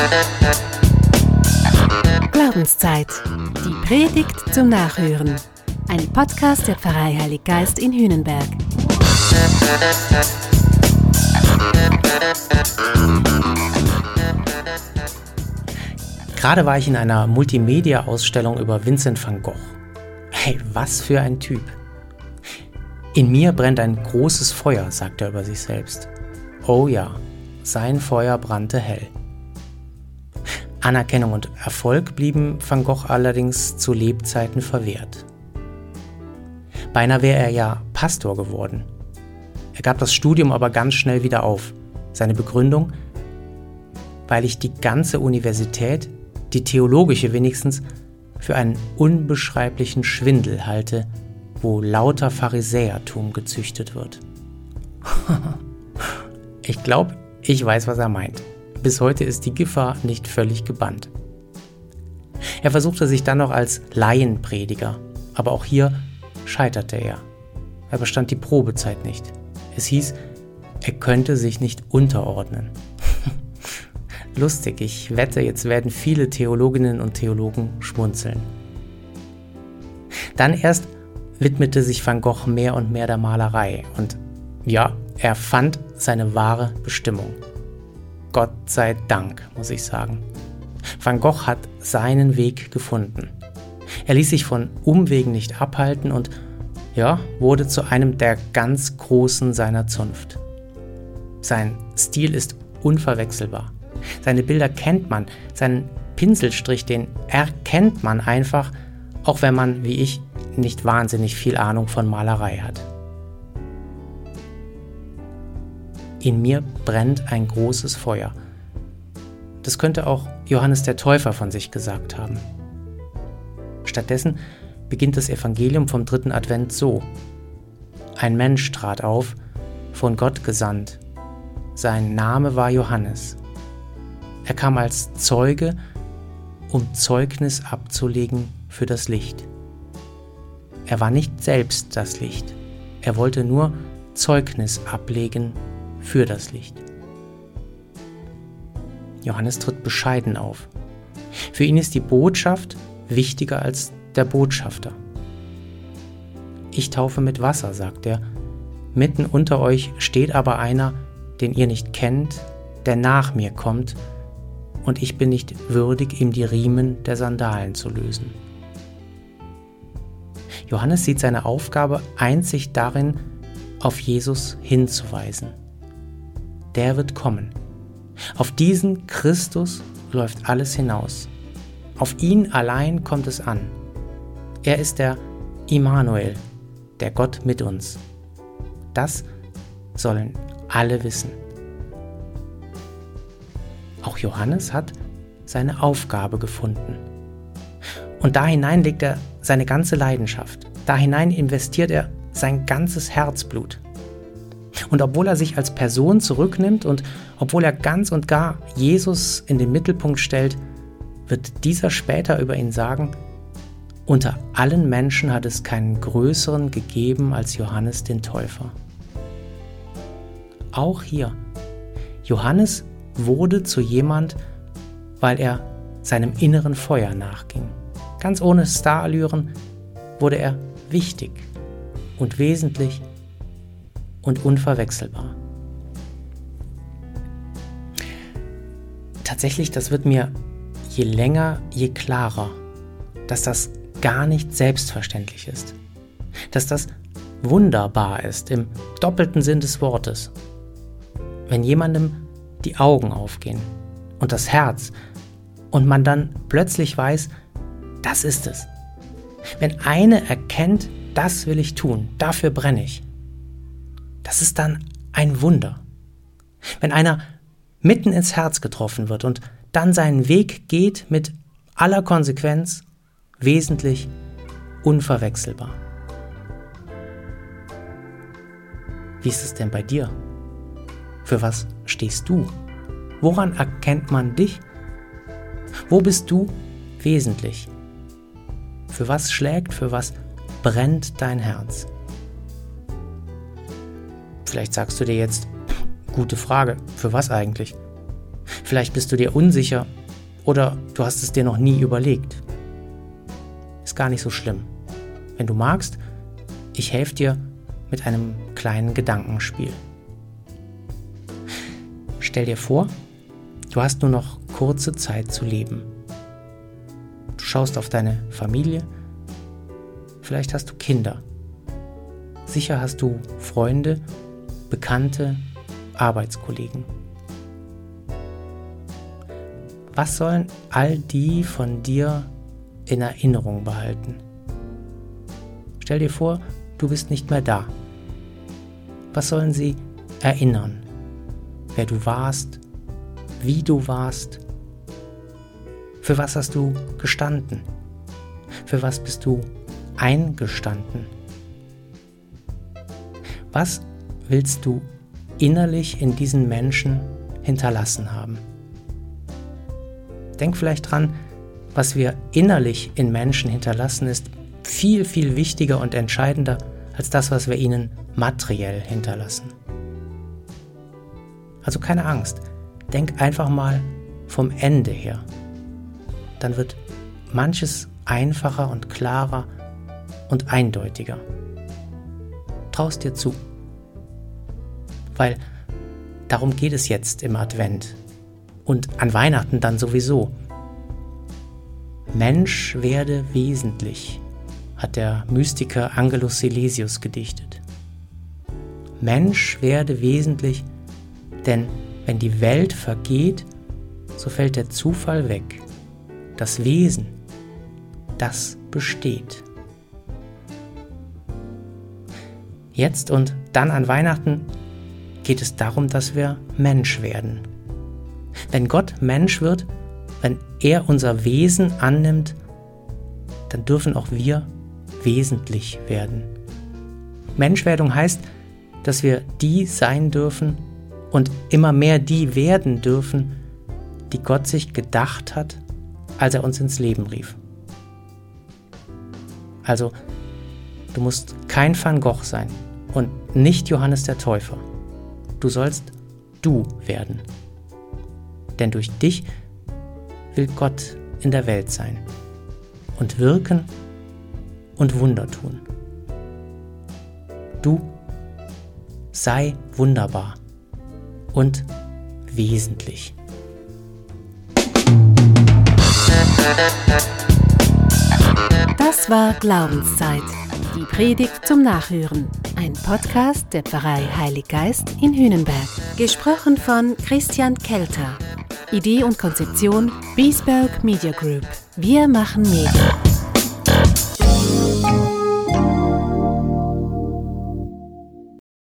Glaubenszeit. Die Predigt zum Nachhören. Ein Podcast der Pfarrei Heilig Geist in Hühnenberg. Gerade war ich in einer Multimedia-Ausstellung über Vincent van Gogh. Hey, was für ein Typ. In mir brennt ein großes Feuer, sagt er über sich selbst. Oh ja, sein Feuer brannte hell. Anerkennung und Erfolg blieben Van Gogh allerdings zu Lebzeiten verwehrt. Beinahe wäre er ja Pastor geworden. Er gab das Studium aber ganz schnell wieder auf. Seine Begründung: weil ich die ganze Universität, die theologische wenigstens, für einen unbeschreiblichen Schwindel halte, wo lauter Pharisäertum gezüchtet wird. Ich glaube, ich weiß, was er meint. Bis heute ist die Gefahr nicht völlig gebannt. Er versuchte sich dann noch als Laienprediger, aber auch hier scheiterte er. Er bestand die Probezeit nicht. Es hieß, er könnte sich nicht unterordnen. Lustig, ich wette, jetzt werden viele Theologinnen und Theologen schmunzeln. Dann erst widmete sich Van Gogh mehr und mehr der Malerei und ja, er fand seine wahre Bestimmung. Gott sei Dank, muss ich sagen. Van Gogh hat seinen Weg gefunden. Er ließ sich von Umwegen nicht abhalten und ja, wurde zu einem der ganz Großen seiner Zunft. Sein Stil ist unverwechselbar. Seine Bilder kennt man, seinen Pinselstrich, den erkennt man einfach, auch wenn man, wie ich, nicht wahnsinnig viel Ahnung von Malerei hat. In mir brennt ein großes Feuer. Das könnte auch Johannes der Täufer von sich gesagt haben. Stattdessen beginnt das Evangelium vom 3. Advent so: Ein Mensch trat auf, von Gott gesandt. Sein Name war Johannes. Er kam als Zeuge, um Zeugnis abzulegen für das Licht. Er war nicht selbst das Licht. Er wollte nur Zeugnis ablegen für das Licht. Johannes tritt bescheiden auf. Für ihn ist die Botschaft wichtiger als der Botschafter. Ich taufe mit Wasser, sagt er. Mitten unter euch steht aber einer, den ihr nicht kennt, der nach mir kommt, und ich bin nicht würdig, ihm die Riemen der Sandalen zu lösen. Johannes sieht seine Aufgabe einzig darin, auf Jesus hinzuweisen. Der wird kommen. Auf diesen Christus läuft alles hinaus. Auf ihn allein kommt es an. Er ist der Immanuel, der Gott mit uns. Das sollen alle wissen. Auch Johannes hat seine Aufgabe gefunden. Und da hinein legt er seine ganze Leidenschaft. Da hinein investiert er sein ganzes Herzblut. Und obwohl er sich als Person zurücknimmt und obwohl er ganz und gar Jesus in den Mittelpunkt stellt, wird dieser später über ihn sagen: Unter allen Menschen hat es keinen größeren gegeben als Johannes den Täufer. Auch hier, Johannes wurde zu jemand, weil er seinem inneren Feuer nachging. Ganz ohne Starallüren wurde er wichtig und wesentlich und unverwechselbar. Tatsächlich, das wird mir je länger, je klarer, dass das gar nicht selbstverständlich ist. Dass das wunderbar ist, im doppelten Sinn des Wortes. Wenn jemandem die Augen aufgehen und das Herz und man dann plötzlich weiß, das ist es. Wenn eine erkennt, das will ich tun, dafür brenne ich. Das ist dann ein Wunder. Wenn einer mitten ins Herz getroffen wird und dann seinen Weg geht mit aller Konsequenz, wesentlich, unverwechselbar. Wie ist es denn bei dir? Für was stehst du? Woran erkennt man dich? Wo bist du wesentlich? Für was schlägt, für was brennt dein Herz? Vielleicht sagst du dir jetzt, gute Frage, für was eigentlich? Vielleicht bist du dir unsicher oder du hast es dir noch nie überlegt. Ist gar nicht so schlimm. Wenn du magst, ich helfe dir mit einem kleinen Gedankenspiel. Stell dir vor, du hast nur noch kurze Zeit zu leben. Du schaust auf deine Familie, vielleicht hast du Kinder. Sicher hast du Freunde, Bekannte, Arbeitskollegen. Was sollen all die von dir in Erinnerung behalten? Stell dir vor, du bist nicht mehr da. Was sollen sie erinnern? Wer du warst, wie du warst, für was hast du gestanden, für was bist du eingestanden? Was willst du innerlich in diesen Menschen hinterlassen haben? Denk vielleicht dran, was wir innerlich in Menschen hinterlassen, ist viel, viel wichtiger und entscheidender als das, was wir ihnen materiell hinterlassen. Also keine Angst, denk einfach mal vom Ende her. Dann wird manches einfacher und klarer und eindeutiger. Trau's dir zu. Weil darum geht es jetzt im Advent und an Weihnachten dann sowieso. Mensch werde wesentlich, hat der Mystiker Angelus Silesius gedichtet. Mensch werde wesentlich, denn wenn die Welt vergeht, so fällt der Zufall weg. Das Wesen, das besteht. Jetzt und dann an Weihnachten geht es darum, dass wir Mensch werden. Wenn Gott Mensch wird, wenn er unser Wesen annimmt, dann dürfen auch wir wesentlich werden. Menschwerdung heißt, dass wir die sein dürfen und immer mehr die werden dürfen, die Gott sich gedacht hat, als er uns ins Leben rief. Also, du musst kein Van Gogh sein und nicht Johannes der Täufer. Du sollst du werden. Denn durch dich will Gott in der Welt sein und wirken und Wunder tun. Du sei wunderbar und wesentlich. Das war Glaubenszeit. Die Predigt zum Nachhören. Ein Podcast der Pfarrei Heilig Geist in Hühnenberg. Gesprochen von Christian Kelter. Idee und Konzeption Biesberg Media Group. Wir machen Medien.